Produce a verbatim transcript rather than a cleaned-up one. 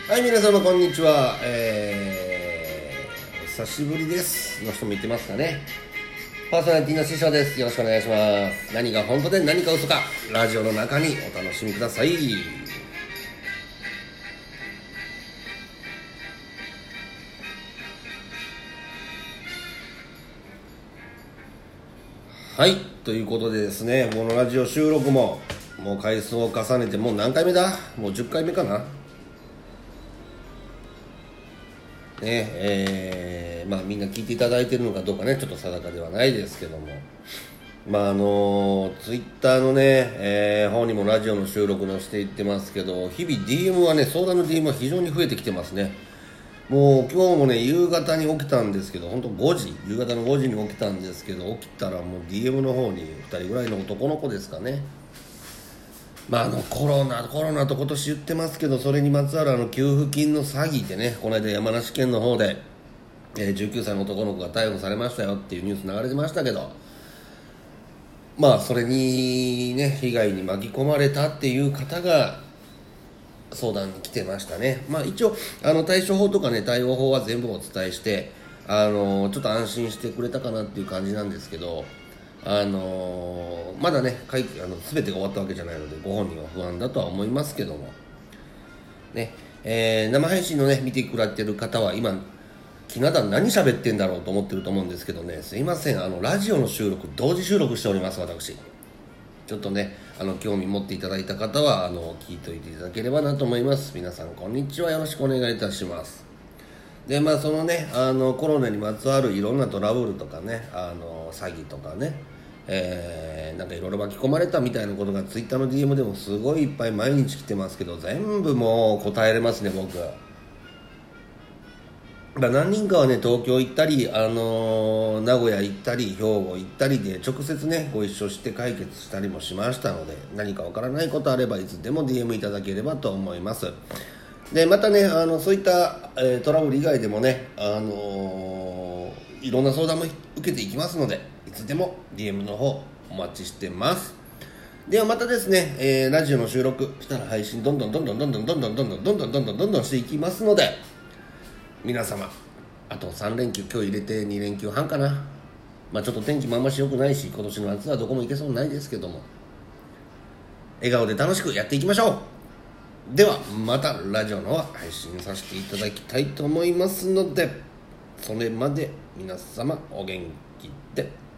はい、皆様こんにちは。えー、お久しぶりですの人も言ってますかね。パーソナリティの師匠です。よろしくお願いします。何が本当で何か嘘か、ラジオの中にお楽しみください。はい、ということでですね、このラジオ収録ももう回数を重ねてもう何回目だ？もうじゅっかいめかな。ねえー、まあみんな聞いていただいてるのかどうかね、ちょっと定かではないですけども、まああのツイッターのね、えー、方にもラジオの収録のしていってますけど、日々 ディーエム はね、相談の ディーエム は非常に増えてきてますね。もう今日もね、夕方に起きたんですけど、本当ごじ、夕方のごじに起きたんですけど、起きたらもう ディーエム の方にふたりぐらいの男の子ですかね。まあ、あのコロナコロナと今年言ってますけど、それにまつわるあの給付金の詐欺でね、この間山梨県の方で、えー、じゅうきゅうさいの男の子が逮捕されましたよっていうニュース流れてましたけど、まあそれにね、被害に巻き込まれたっていう方が相談に来てましたね。まあ一応あの対処法とかね、対応法は全部お伝えして、あのちょっと安心してくれたかなっていう感じなんですけど、あのー、まだね、会あの全てが終わったわけじゃないので、ご本人は不安だとは思いますけどもね、えー、生配信のね見てくれてる方は今ひな壇何喋ってんだろうと思ってると思うんですけどね、すいません、あのラジオの収録同時収録しております。私ちょっとね、あの興味持っていただいた方はあの聞いておいていただければなと思います。皆さんこんにちは、よろしくお願いいたします。でまあそのね、あのコロナにまつわるいろんなトラブルとかね、あの詐欺とかね、えー、なんかいろいろ巻き込まれたみたいなことがツイッターの ディーエム でもすごいいっぱい毎日来てますけど、全部もう答えれますね僕。まあ、何人かはね東京行ったり、あのー、名古屋行ったり兵庫行ったりで直接ねご一緒して解決したりもしましたので、何かわからないことあればいつでも ディーエム いただければと思います。でまたね、あのそういった、えー、トラブル以外でもね、あのー、いろんな相談も受けていきますので、いつでも ディーエム の方お待ちしてます。ではまたですね、えー、ラジオの収録したら配信どんどんどんどんどんどんどんどんどんどんどんどんどんどんどんどんしていきますので、皆様あとさん連休、今日入れてに連休半かな。まあちょっと天気もあんまし良くないし、今年の夏はどこも行けそうないですけども、笑顔で楽しくやっていきましょう。ではまたラジオの方は配信させていただきたいと思いますので、それまで皆様お元気で。